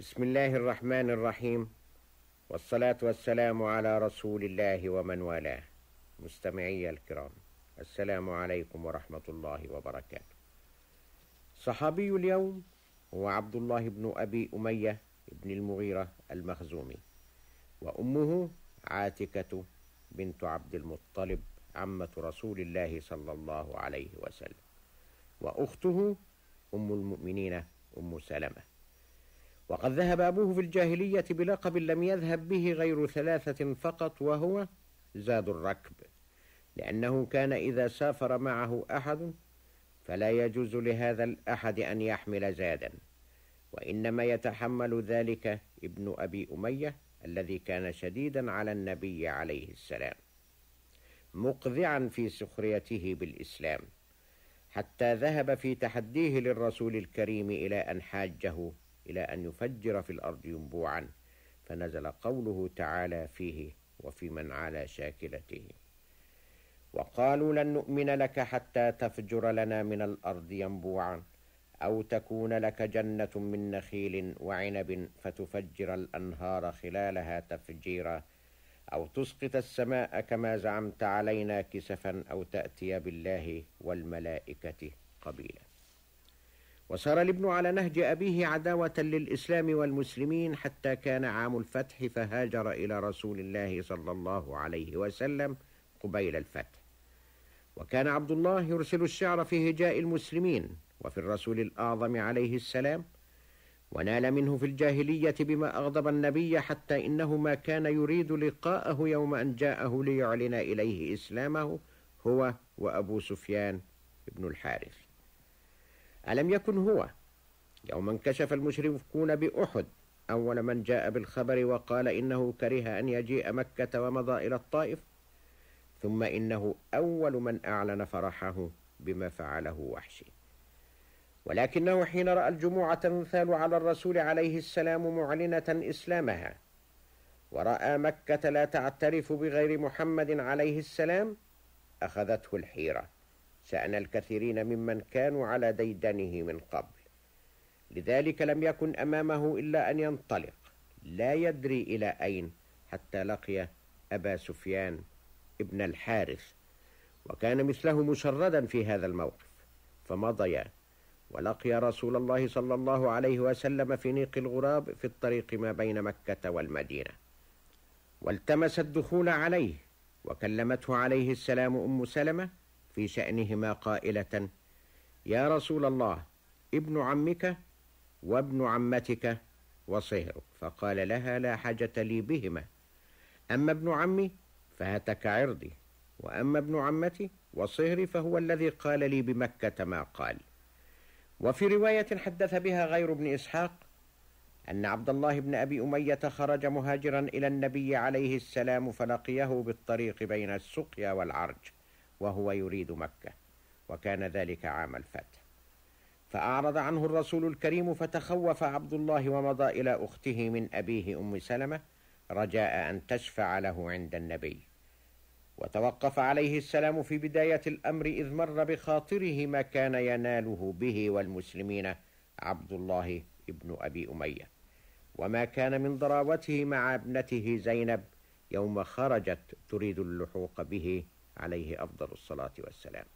بسم الله الرحمن الرحيم، والصلاة والسلام على رسول الله ومن والاه. مستمعي الكرام، السلام عليكم ورحمة الله وبركاته. صحابي اليوم هو عبد الله بن أبي أمية بن المغيرة المخزومي، وأمه عاتكة بنت عبد المطلب عمة رسول الله صلى الله عليه وسلم، وأخته أم المؤمنين أم سلمة. وقد ذهب أبوه في الجاهلية بلقب لم يذهب به غير 3 فقط، وهو زاد الركب، لأنه كان إذا سافر معه أحد فلا يجوز لهذا الأحد أن يحمل زادا، وإنما يتحمل ذلك ابن أبي أمية الذي كان شديدا على النبي عليه السلام، مقذعا في سخريته بالإسلام، حتى ذهب في تحديه للرسول الكريم إلى أن حاجه إلى أن يفجر في الأرض ينبوعا، فنزل قوله تعالى فيه: وفي من على شاكلته. وقالوا لن نؤمن لك حتى تفجر لنا من الأرض ينبوعا، أو تكون لك جنة من نخيل وعنب فتفجر الأنهار خلالها تفجيرا، أو تسقط السماء كما زعمت علينا كسفا، أو تأتي بالله والملائكة قبيلا. وسار الابن على نهج أبيه عداوة للإسلام والمسلمين، حتى كان عام الفتح فهاجر إلى رسول الله صلى الله عليه وسلم قبيل الفتح. وكان عبد الله يرسل الشعر في هجاء المسلمين وفي الرسول الأعظم عليه السلام، ونال منه في الجاهلية بما أغضب النبي، حتى إنه ما كان يريد لقاءه يوم أن جاءه ليعلن إليه إسلامه هو وأبو سفيان بن الحارث. ألم يكن هو يوم انكشف المشركون بأحد أول من جاء بالخبر وقال إنه كره أن يجيء مكة ومضى إلى الطائف؟ ثم إنه أول من أعلن فرحه بما فعله وحشي. ولكنه حين رأى الجموع تنثال على الرسول عليه السلام معلنة إسلامها، ورأى مكة لا تعترف بغير محمد عليه السلام، أخذته الحيرة شأن الكثيرين ممن كانوا على ديدنه من قبل. لذلك لم يكن أمامه إلا أن ينطلق لا يدري إلى أين، حتى لقي أبا سفيان ابن الحارث، وكان مثله مشردا في هذا الموقف، فمضيا ولقي رسول الله صلى الله عليه وسلم في نيق الغراب في الطريق ما بين مكة والمدينة، والتمس الدخول عليه، وكلمته عليه السلام أم سلمة في شأنهما قائلة: يا رسول الله، ابن عمك وابن عمتك وصهرك. فقال لها: لا حاجة لي بهما، أما ابن عمي فهتك عرضي، وأما ابن عمتي وصهري فهو الذي قال لي بمكة ما قال. وفي رواية حدث بها غير ابن إسحاق أن عبد الله بن أبي أمية خرج مهاجرا إلى النبي عليه السلام، فلقيه بالطريق بين السقيا والعرج وهو يريد مكة، وكان ذلك عام الفتح، فأعرض عنه الرسول الكريم، فتخوف عبد الله ومضى إلى أخته من أبيه أم سلمة رجاء أن تشفع له عند النبي. وتوقف عليه السلام في بداية الأمر، إذ مر بخاطره ما كان يناله به والمسلمين عبد الله ابن أبي أمية، وما كان من ضراوته مع ابنته زينب يوم خرجت تريد اللحوق به عليه أفضل الصلاة والسلام.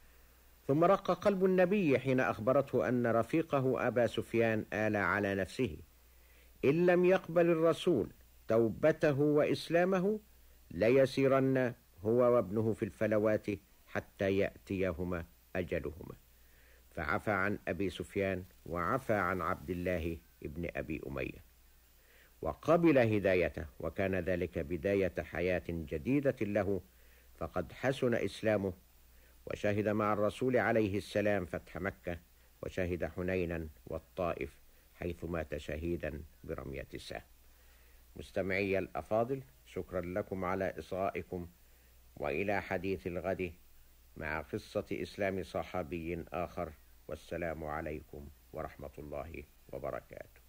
ثم رق قلب النبي حين أخبرته أن رفيقه أبا سفيان آل على نفسه إن لم يقبل الرسول توبته وإسلامه ليسيرن هو وابنه في الفلوات حتى يأتيهما أجلهما، فعفى عن أبي سفيان وعفى عن عبد الله ابن أبي أمية، وقبل هدايته، وكان ذلك بداية حياة جديدة له، فقد حسن إسلامه، وشهد مع الرسول عليه السلام فتح مكة، وشهد حنينا والطائف حيث مات شهيدا برمية السهم. مستمعي الأفاضل، شكرا لكم على إصغائكم، وإلى حديث الغد مع قصة إسلام صحابي آخر، والسلام عليكم ورحمة الله وبركاته.